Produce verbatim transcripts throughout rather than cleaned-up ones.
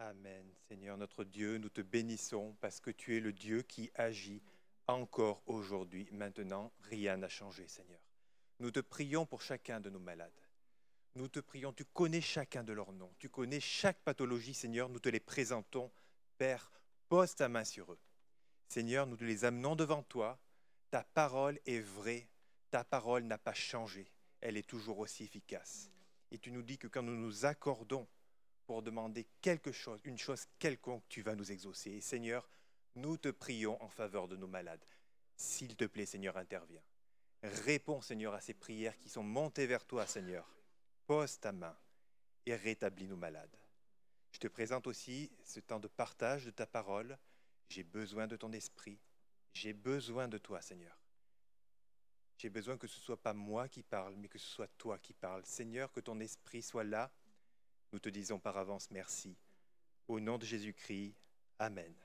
Amen. Seigneur notre Dieu, nous te bénissons parce que tu es le Dieu qui agit encore aujourd'hui. Maintenant, rien n'a changé, Seigneur. Nous te prions pour chacun de nos malades. Nous te prions, tu connais chacun de leurs noms. Tu connais chaque pathologie, Seigneur. Nous te les présentons. Père, pose ta main sur eux. Seigneur, nous te les amenons devant toi. Ta parole est vraie. Ta parole n'a pas changé. Elle est toujours aussi efficace. Et tu nous dis que quand nous nous accordons pour demander quelque chose, une chose quelconque, tu vas nous exaucer. Et Seigneur, nous te prions en faveur de nos malades. S'il te plaît, Seigneur, interviens. Réponds, Seigneur, à ces prières qui sont montées vers toi, Seigneur. Pose ta main et rétablis nos malades. Je te présente aussi ce temps de partage de ta parole. J'ai besoin de ton esprit. J'ai besoin de toi, Seigneur. J'ai besoin que ce ne soit pas moi qui parle, mais que ce soit toi qui parles. Seigneur, que ton esprit soit là. Nous te disons par avance merci. Au nom de Jésus-Christ, Amen.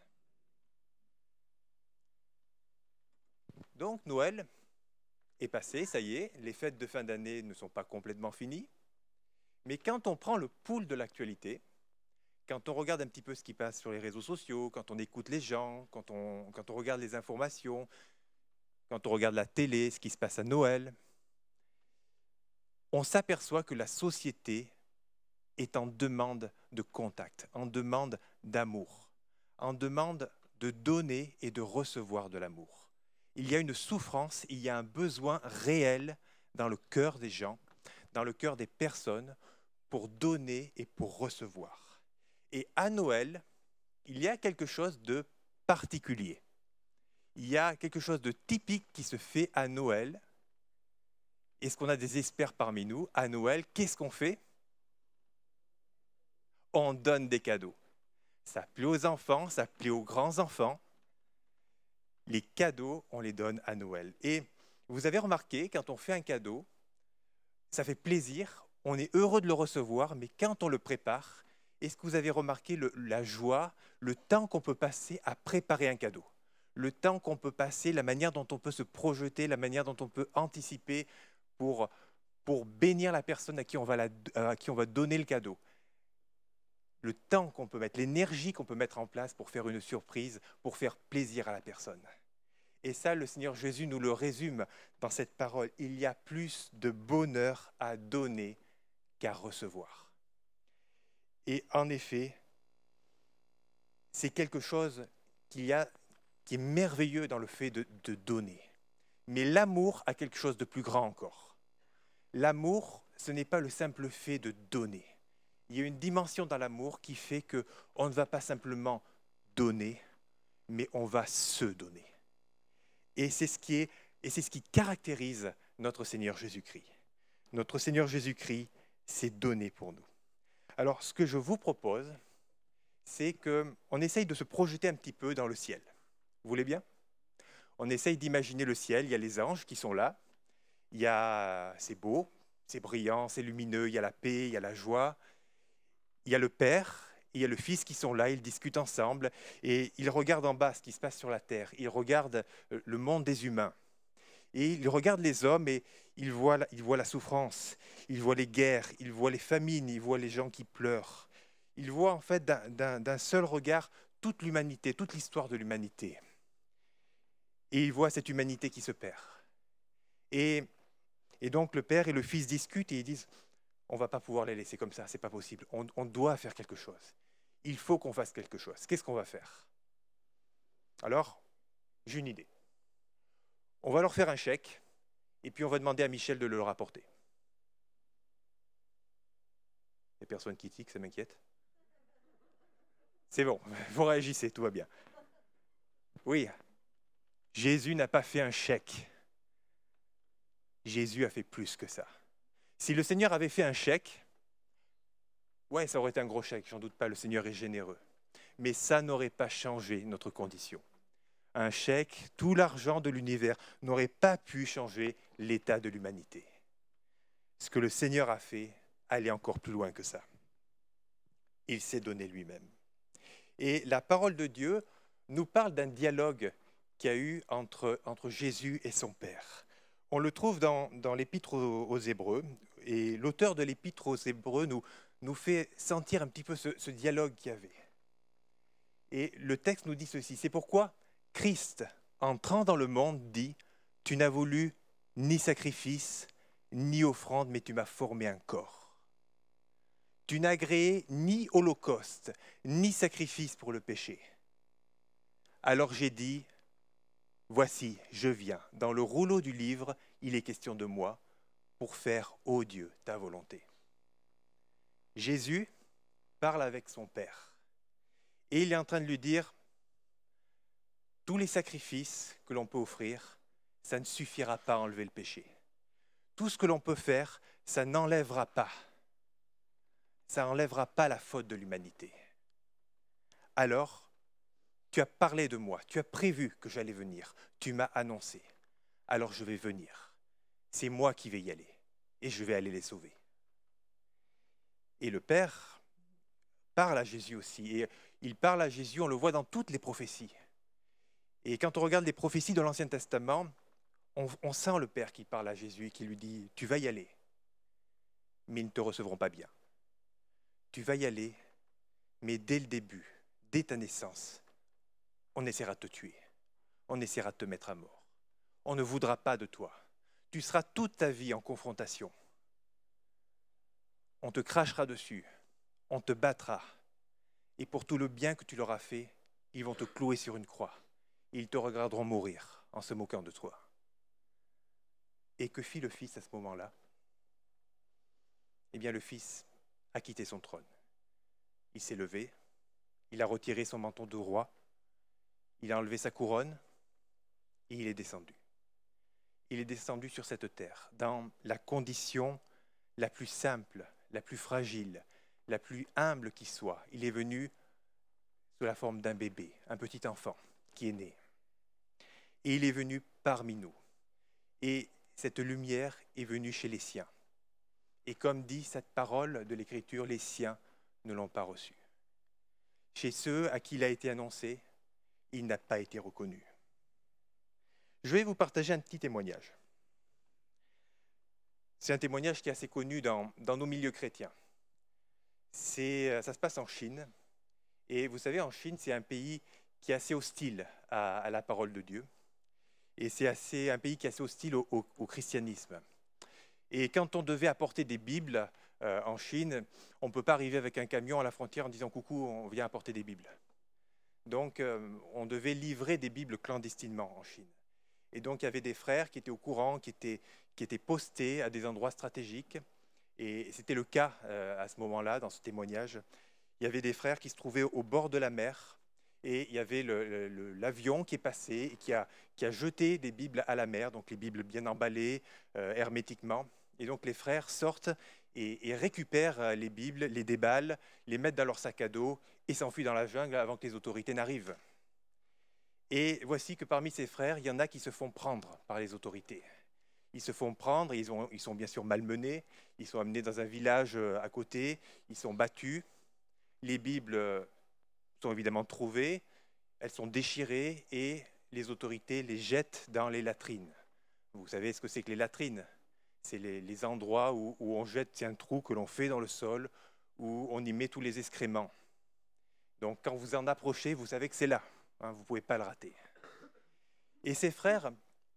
Donc, Noël est passé, ça y est, les fêtes de fin d'année ne sont pas complètement finies. Mais quand on prend le pouls de l'actualité, quand on regarde un petit peu ce qui passe sur les réseaux sociaux, quand on écoute les gens, quand on, quand on regarde les informations, quand on regarde la télé, ce qui se passe à Noël, on s'aperçoit que la société est en demande de contact, en demande d'amour, en demande de donner et de recevoir de l'amour. Il y a une souffrance, il y a un besoin réel dans le cœur des gens, dans le cœur des personnes, pour donner et pour recevoir. Et à Noël, il y a quelque chose de particulier. Il y a quelque chose de typique qui se fait à Noël. Est-ce qu'on a des experts parmi nous? À Noël, qu'est-ce qu'on fait? On donne des cadeaux. Ça plaît aux enfants, ça plaît aux grands-enfants. Les cadeaux, on les donne à Noël. Et vous avez remarqué, quand on fait un cadeau, ça fait plaisir, on est heureux de le recevoir, mais quand on le prépare, est-ce que vous avez remarqué le, la joie, le temps qu'on peut passer à préparer un cadeau? Le temps qu'on peut passer, la manière dont on peut se projeter, la manière dont on peut anticiper pour, pour bénir la personne à qui on va, la, à qui on va donner le cadeau. Le temps qu'on peut mettre, l'énergie qu'on peut mettre en place pour faire une surprise, pour faire plaisir à la personne. Et ça, le Seigneur Jésus nous le résume dans cette parole. Il y a plus de bonheur à donner qu'à recevoir. Et en effet, c'est quelque chose qu'il y a, qui est merveilleux dans le fait de, de donner. Mais l'amour a quelque chose de plus grand encore. L'amour, ce n'est pas le simple fait de donner. Il y a une dimension dans l'amour qui fait qu'on ne va pas simplement donner, mais on va se donner. Et c'est ce qui est, et c'est ce qui caractérise notre Seigneur Jésus-Christ. Notre Seigneur Jésus-Christ s'est donné pour nous. Alors, ce que je vous propose, c'est qu'on essaye de se projeter un petit peu dans le ciel. Vous voulez bien? On essaye d'imaginer le ciel, il y a les anges qui sont là, il y a, c'est beau, c'est brillant, c'est lumineux, il y a la paix, il y a la joie. Il y a le Père et il y a le Fils qui sont là, ils discutent ensemble et ils regardent en bas ce qui se passe sur la terre. Ils regardent le monde des humains. Et ils regardent les hommes et ils voient, ils voient la souffrance, ils voient les guerres, ils voient les famines, ils voient les gens qui pleurent. Ils voient en fait d'un, d'un, d'un seul regard toute l'humanité, toute l'histoire de l'humanité. Et ils voient cette humanité qui se perd. Et, et donc le Père et le Fils discutent et ils disent... On ne va pas pouvoir les laisser comme ça, ce n'est pas possible. On, on doit faire quelque chose. Il faut qu'on fasse quelque chose. Qu'est-ce qu'on va faire? Alors, j'ai une idée. On va leur faire un chèque et puis on va demander à Michel de le rapporter. Il n'y a personne qui tique, ça m'inquiète. C'est bon, vous réagissez, tout va bien. Oui, Jésus n'a pas fait un chèque. Jésus a fait plus que ça. Si le Seigneur avait fait un chèque, ouais, ça aurait été un gros chèque, j'en doute pas, le Seigneur est généreux. Mais ça n'aurait pas changé notre condition. Un chèque, tout l'argent de l'univers n'aurait pas pu changer l'état de l'humanité. Ce que le Seigneur a fait allait encore plus loin que ça. Il s'est donné lui-même. Et la parole de Dieu nous parle d'un dialogue qu'il y a eu entre, entre Jésus et son Père. On le trouve dans, dans l'Épître aux, aux Hébreux, et l'auteur de l'Épître aux Hébreux nous, nous fait sentir un petit peu ce, ce dialogue qu'il y avait. Et le texte nous dit ceci, c'est pourquoi Christ, entrant dans le monde, dit « Tu n'as voulu ni sacrifice, ni offrande, mais tu m'as formé un corps. Tu n'as agréé ni holocauste, ni sacrifice pour le péché. Alors j'ai dit, voici, je viens. Dans le rouleau du livre, il est question de moi pour faire, ô Dieu, ta volonté. » Jésus parle avec son Père et il est en train de lui dire, tous les sacrifices que l'on peut offrir, ça ne suffira pas à enlever le péché. Tout ce que l'on peut faire, ça n'enlèvera pas. Ça n'enlèvera pas la faute de l'humanité. Alors, tu as parlé de moi, tu as prévu que j'allais venir, tu m'as annoncé. Alors je vais venir. C'est moi qui vais y aller et je vais aller les sauver. Et le Père parle à Jésus aussi. Et il parle à Jésus, on le voit dans toutes les prophéties. Et quand on regarde les prophéties de l'Ancien Testament, on, on sent le Père qui parle à Jésus et qui lui dit « Tu vas y aller, mais ils ne te recevront pas bien. Tu vas y aller, mais dès le début, dès ta naissance, on essaiera de te tuer. On essaiera de te mettre à mort. On ne voudra pas de toi. Tu seras toute ta vie en confrontation. On te crachera dessus. On te battra. Et pour tout le bien que tu leur as fait, ils vont te clouer sur une croix. Et ils te regarderont mourir en se moquant de toi. » Et que fit le Fils à ce moment-là ? Eh bien, le Fils a quitté son trône. Il s'est levé, il a retiré son manteau de roi, il a enlevé sa couronne et il est descendu. Il est descendu sur cette terre, dans la condition la plus simple, la plus fragile, la plus humble qui soit. Il est venu sous la forme d'un bébé, un petit enfant qui est né. Et il est venu parmi nous. Et cette lumière est venue chez les siens. Et comme dit cette parole de l'Écriture, les siens ne l'ont pas reçu. Chez ceux à qui il a été annoncé, il n'a pas été reconnu. Je vais vous partager un petit témoignage. C'est un témoignage qui est assez connu dans, dans nos milieux chrétiens. C'est, ça se passe en Chine. Et vous savez, en Chine, c'est un pays qui est assez hostile à, à la parole de Dieu. Et c'est assez, un pays qui est assez hostile au, au, au christianisme. Et quand on devait apporter des Bibles euh, en Chine, on ne peut pas arriver avec un camion à la frontière en disant « Coucou, on vient apporter des Bibles ». Donc, euh, on devait livrer des Bibles clandestinement en Chine. Et donc, il y avait des frères qui étaient au courant, qui étaient, qui étaient postés à des endroits stratégiques. Et c'était le cas euh, à ce moment-là, dans ce témoignage. Il y avait des frères qui se trouvaient au bord de la mer. Et il y avait le, le, l'avion qui est passé et qui a, qui a jeté des Bibles à la mer, donc les Bibles bien emballées, euh, hermétiquement. Et donc les frères sortent et, et récupèrent les Bibles, les déballent, les mettent dans leur sac à dos et s'enfuient dans la jungle avant que les autorités n'arrivent. Et voici que parmi ces frères, il y en a qui se font prendre par les autorités. Ils se font prendre, ils, ont, ils sont bien sûr malmenés, ils sont amenés dans un village à côté, ils sont battus. Les Bibles sont évidemment trouvées, elles sont déchirées et les autorités les jettent dans les latrines. Vous savez ce que c'est que les latrines ? C'est les, les endroits où, où on jette, c'est un trou que l'on fait dans le sol, où on y met tous les excréments. Donc quand vous en approchez, vous savez que c'est là, hein, vous ne pouvez pas le rater. Et ces frères,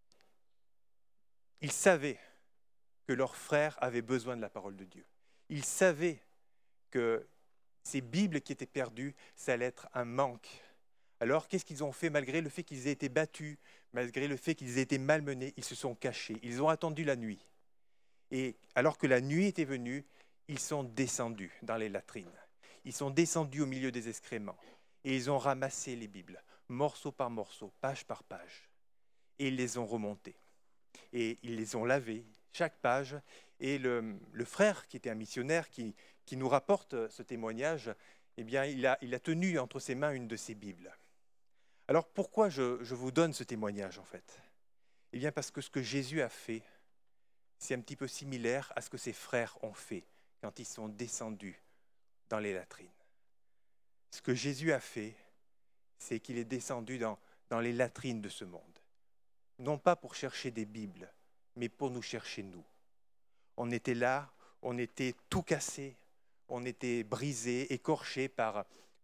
ils savaient que leurs frères avaient besoin de la parole de Dieu. Ils savaient que ces Bibles qui étaient perdues, ça allait être un manque. Alors, qu'est-ce qu'ils ont fait malgré le fait qu'ils aient été battus, malgré le fait qu'ils aient été malmenés, ils se sont cachés, ils ont attendu la nuit. Et alors que la nuit était venue, ils sont descendus dans les latrines. Ils sont descendus au milieu des excréments et ils ont ramassé les Bibles, morceau par morceau, page par page. Et ils les ont remontées. Et ils les ont lavées, chaque page. Et le, le frère, qui était un missionnaire, qui, qui nous rapporte ce témoignage, eh bien, il a, il a tenu entre ses mains une de ces Bibles. Alors, pourquoi je, je vous donne ce témoignage, en fait ? Eh bien, parce que ce que Jésus a fait, c'est un petit peu similaire à ce que ses frères ont fait quand ils sont descendus dans les latrines. Ce que Jésus a fait, c'est qu'il est descendu dans, dans les latrines de ce monde. Non pas pour chercher des Bibles, mais pour nous chercher nous. On était là, on était tout cassé, on était brisé, écorché par,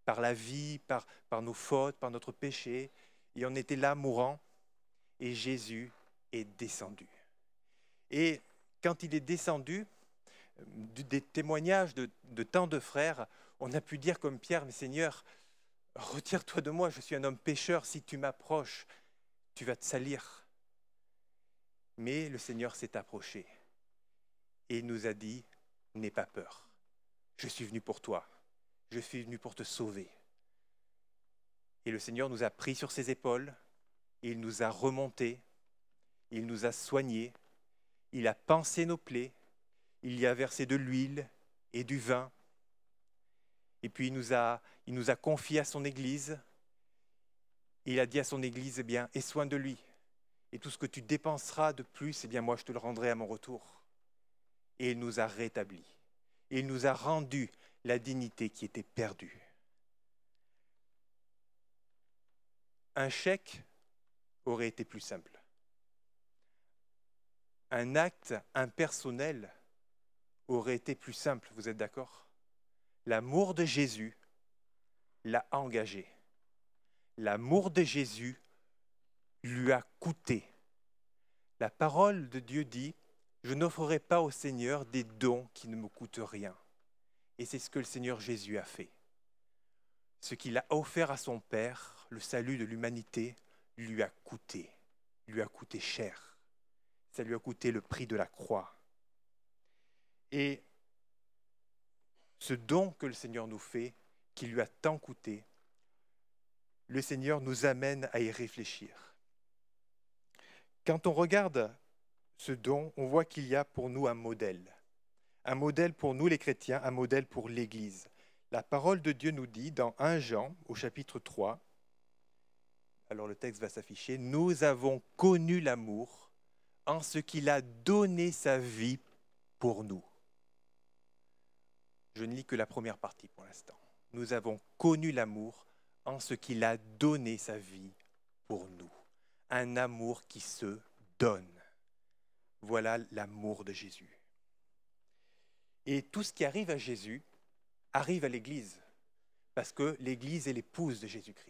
par la vie, par, par nos fautes, par notre péché. Et on était là mourant. Et Jésus est descendu. Et quand il est descendu, des témoignages de, de tant de frères, on a pu dire comme Pierre, mais Seigneur, retire-toi de moi, je suis un homme pécheur, si tu m'approches, tu vas te salir. Mais le Seigneur s'est approché et il nous a dit, n'aie pas peur, je suis venu pour toi, je suis venu pour te sauver. Et le Seigneur nous a pris sur ses épaules, il nous a remontés, il nous a soignés, il a pansé nos plaies, il y a versé de l'huile et du vin. Et puis il nous a, il nous a confiés à son Église. Il a dit à son Église, eh bien, aie soin de lui. Et tout ce que tu dépenseras de plus, eh bien, moi je te le rendrai à mon retour. Et il nous a rétablis. Et il nous a rendu la dignité qui était perdue. Un chèque aurait été plus simple. Un acte impersonnel aurait été plus simple, vous êtes d'accord ? L'amour de Jésus l'a engagé. L'amour de Jésus lui a coûté. La parole de Dieu dit, je n'offrerai pas au Seigneur des dons qui ne me coûtent rien. Et c'est ce que le Seigneur Jésus a fait. Ce qu'il a offert à son Père, le salut de l'humanité, lui a coûté, lui a coûté cher. Ça lui a coûté le prix de la croix. Et ce don que le Seigneur nous fait, qui lui a tant coûté, le Seigneur nous amène à y réfléchir. Quand on regarde ce don, on voit qu'il y a pour nous un modèle. Un modèle pour nous les chrétiens, un modèle pour l'Église. La parole de Dieu nous dit dans premier Jean, au chapitre trois, alors le texte va s'afficher, « Nous avons connu l'amour en ce qu'il a donné sa vie pour nous. » Je ne lis que la première partie pour l'instant. « Nous avons connu l'amour en ce qu'il a donné sa vie pour nous. » Un amour qui se donne. Voilà l'amour de Jésus. Et tout ce qui arrive à Jésus arrive à l'Église, parce que l'Église est l'épouse de Jésus-Christ.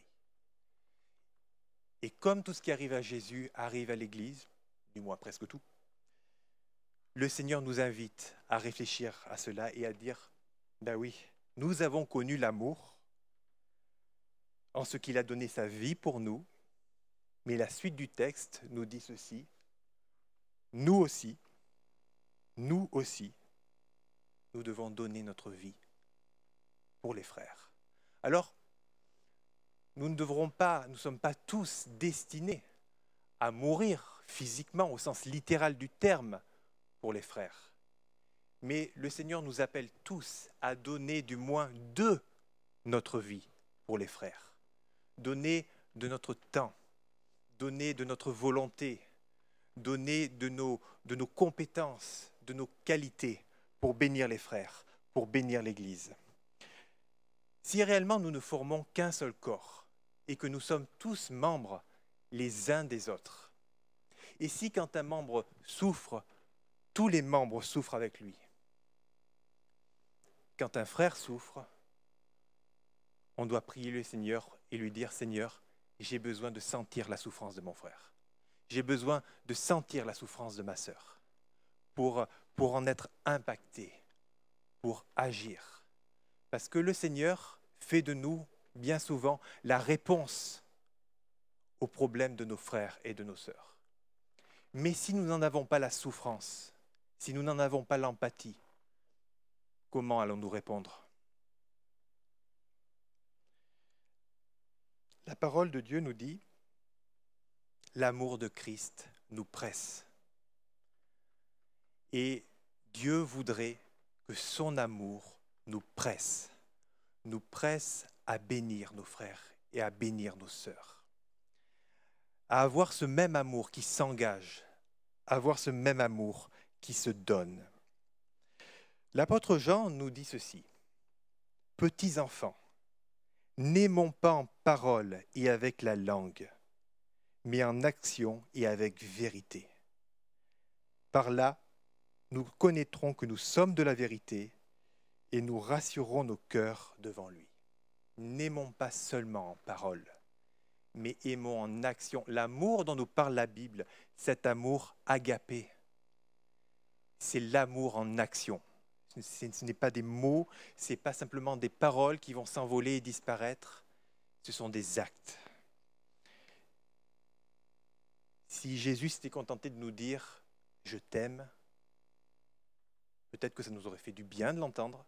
Et comme tout ce qui arrive à Jésus arrive à l'Église, du moins presque tout, le Seigneur nous invite à réfléchir à cela et à dire, ben oui, nous avons connu l'amour en ce qu'il a donné sa vie pour nous, mais la suite du texte nous dit ceci, nous aussi, nous aussi, nous devons donner notre vie pour les frères. Alors, nous ne devrons pas, nous ne sommes pas tous destinés à mourir physiquement au sens littéral du terme pour les frères. Mais le Seigneur nous appelle tous à donner du moins de notre vie pour les frères. Donner de notre temps, donner de notre volonté, donner de nos, de nos compétences, de nos qualités pour bénir les frères, pour bénir l'Église. Si réellement nous ne formons qu'un seul corps et que nous sommes tous membres les uns des autres, et si quand un membre souffre, tous les membres souffrent avec lui, quand un frère souffre, on doit prier le Seigneur et lui dire « Seigneur, j'ai besoin de sentir la souffrance de mon frère. J'ai besoin de sentir la souffrance de ma sœur pour, pour en être impacté, pour agir. » Parce que le Seigneur fait de nous, bien souvent, la réponse aux problèmes de nos frères et de nos sœurs. Mais si nous n'en avons pas la souffrance, si nous n'en avons pas l'empathie, comment allons-nous répondre ? La parole de Dieu nous dit « L'amour de Christ nous presse. » Et Dieu voudrait que son amour nous presse, nous presse à bénir nos frères et à bénir nos sœurs. À avoir ce même amour qui s'engage, à avoir ce même amour qui se donne. L'apôtre Jean nous dit ceci, « Petits enfants, n'aimons pas en parole et avec la langue, mais en action et avec vérité. Par là, nous connaîtrons que nous sommes de la vérité et nous rassurerons nos cœurs devant lui. » n'aimons pas seulement en parole, mais aimons en action. L'amour dont nous parle la Bible, cet amour agapé, c'est l'amour en action. Ce n'est pas des mots, ce n'est pas simplement des paroles qui vont s'envoler et disparaître, ce sont des actes. Si Jésus s'était contenté de nous dire « je t'aime », peut-être que ça nous aurait fait du bien de l'entendre,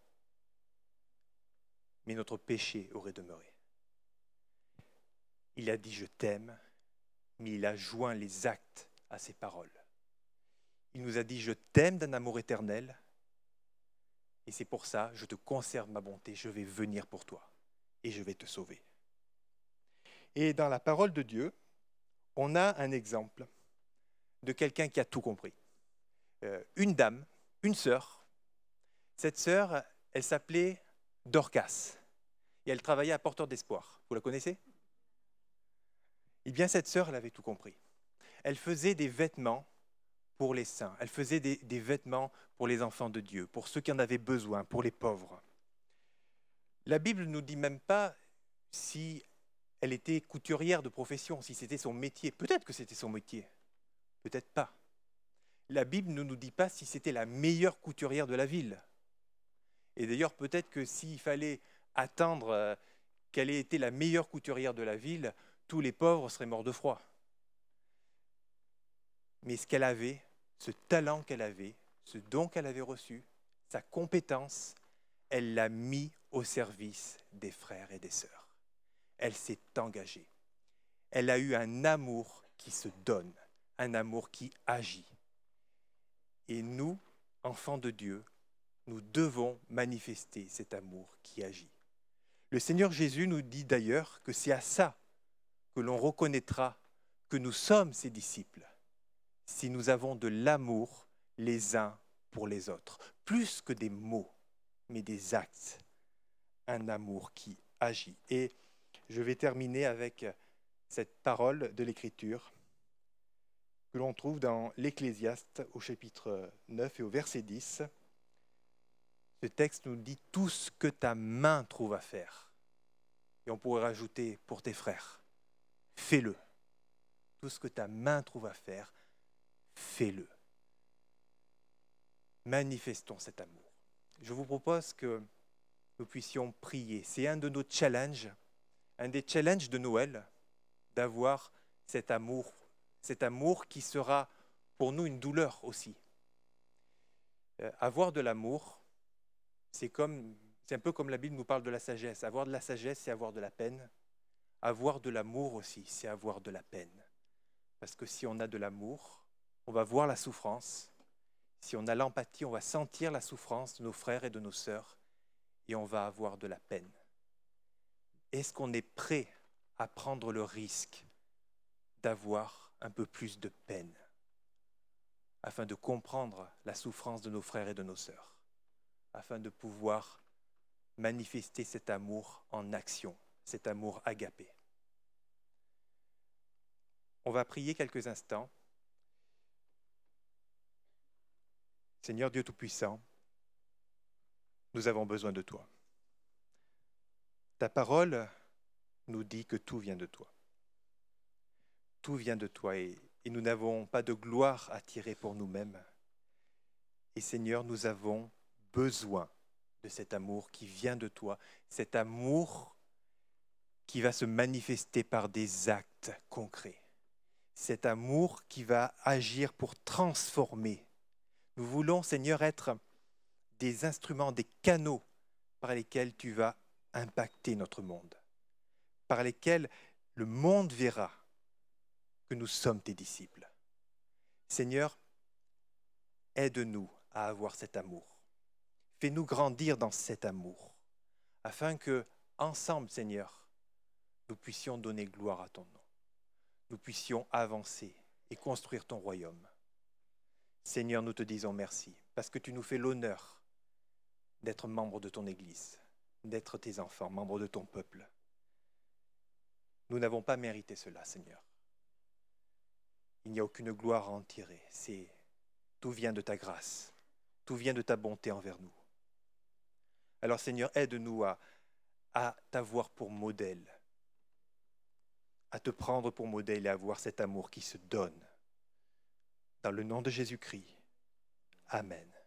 mais notre péché aurait demeuré. Il a dit « je t'aime », mais il a joint les actes à ses paroles. Il nous a dit « je t'aime d'un amour éternel », et c'est pour ça, je te conserve ma bonté, je vais venir pour toi et je vais te sauver. Et dans la parole de Dieu, on a un exemple de quelqu'un qui a tout compris. Euh, une dame, une sœur, cette sœur, elle s'appelait Dorcas et elle travaillait à Porteur d'Espoir. Vous la connaissez ? Eh bien, cette sœur, elle avait tout compris. Elle faisait des vêtements pour les saints. Elle faisait des, des vêtements pour les enfants de Dieu, pour ceux qui en avaient besoin, pour les pauvres. La Bible ne nous dit même pas si elle était couturière de profession, si c'était son métier. Peut-être que c'était son métier, peut-être pas. La Bible ne nous dit pas si c'était la meilleure couturière de la ville. Et d'ailleurs, peut-être que s'il fallait attendre qu'elle ait été la meilleure couturière de la ville, tous les pauvres seraient morts de froid. Mais ce qu'elle avait, ce talent qu'elle avait, ce don qu'elle avait reçu, sa compétence, elle l'a mis au service des frères et des sœurs. Elle s'est engagée. Elle a eu un amour qui se donne, un amour qui agit. Et nous, enfants de Dieu, nous devons manifester cet amour qui agit. Le Seigneur Jésus nous dit d'ailleurs que c'est à ça que l'on reconnaîtra que nous sommes ses disciples, si nous avons de l'amour les uns pour les autres, plus que des mots, mais des actes, un amour qui agit. Et je vais terminer avec cette parole de l'Écriture que l'on trouve dans l'Ecclésiaste au chapitre neuf et au verset dix. Ce texte nous dit « tout ce que ta main trouve à faire ». Et on pourrait rajouter « pour tes frères ». Fais-le. Tout ce que ta main trouve à faire, fais-le. Manifestons cet amour. Je vous propose que nous puissions prier. C'est un de nos challenges, un des challenges de Noël, d'avoir cet amour, cet amour qui sera pour nous une douleur aussi. Euh, avoir de l'amour, c'est comme, c'est un peu comme la Bible nous parle de la sagesse. Avoir de la sagesse, c'est avoir de la peine. Avoir de l'amour aussi, c'est avoir de la peine. Parce que si on a de l'amour, on va voir la souffrance. Si on a l'empathie, on va sentir la souffrance de nos frères et de nos sœurs et on va avoir de la peine. Est-ce qu'on est prêt à prendre le risque d'avoir un peu plus de peine afin de comprendre la souffrance de nos frères et de nos sœurs, afin de pouvoir manifester cet amour en action, cet amour agapé? On va prier quelques instants. Seigneur Dieu Tout-Puissant, nous avons besoin de toi. Ta parole nous dit que tout vient de toi. Tout vient de toi et, et nous n'avons pas de gloire à tirer pour nous-mêmes. Et Seigneur, nous avons besoin de cet amour qui vient de toi, cet amour qui va se manifester par des actes concrets, cet amour qui va agir pour transformer. Nous voulons, Seigneur, être des instruments, des canaux par lesquels tu vas impacter notre monde, par lesquels le monde verra que nous sommes tes disciples. Seigneur, aide-nous à avoir cet amour. Fais-nous grandir dans cet amour, afin que, ensemble, Seigneur, nous puissions donner gloire à ton nom. Nous puissions avancer et construire ton royaume. Seigneur, nous te disons merci, parce que tu nous fais l'honneur d'être membre de ton Église, d'être tes enfants, membres de ton peuple. Nous n'avons pas mérité cela, Seigneur. Il n'y a aucune gloire à en tirer. C'est, tout vient de ta grâce, tout vient de ta bonté envers nous. Alors, Seigneur, aide-nous à, à t'avoir pour modèle, à te prendre pour modèle et à avoir cet amour qui se donne. Dans le nom de Jésus-Christ. Amen.